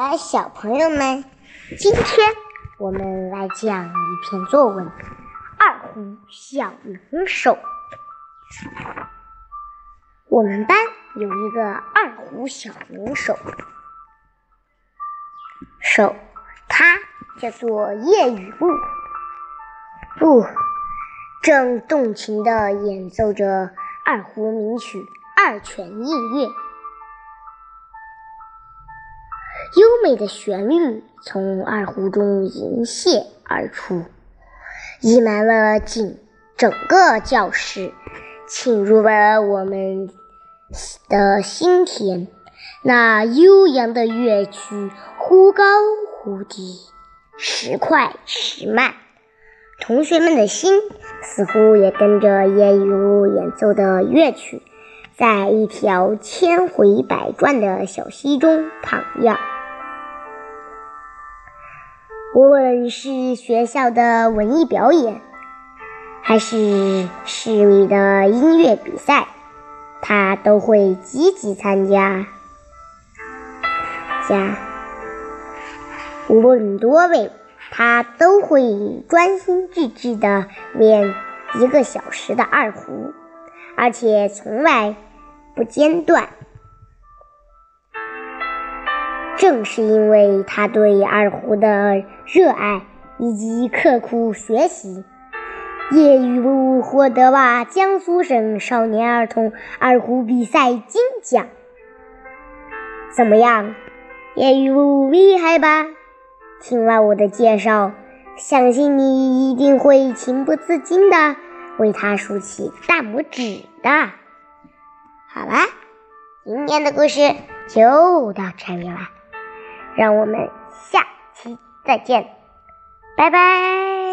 的小朋友们，今天我们来讲一篇作文《二胡小能手》。我们班有一个二胡小能手，他叫做叶雨露，正动情地演奏着二胡名曲《二泉映月》。优美的旋律从二胡中迎泻而出，溢满了整个教室，沁入了我们的心田。那悠扬的乐曲忽高忽低，时快时慢，同学们的心似乎也跟着叶雨露演奏的乐曲，在一条千回百转的小溪中徜徉。无论是学校的文艺表演，还是市里的音乐比赛，他都会积极参加。无论多累，他都会专心致志地练1个小时的二胡，而且从来不间断。正是因为他对二胡的热爱以及刻苦学习，叶雨露获得了江苏省少年儿童二胡比赛金奖。怎么样，叶雨露厉害吧？听了我的介绍，相信你一定会情不自禁地为他竖起大拇指的。好啦，今天的故事就到这里了，让我们下期再见，拜拜。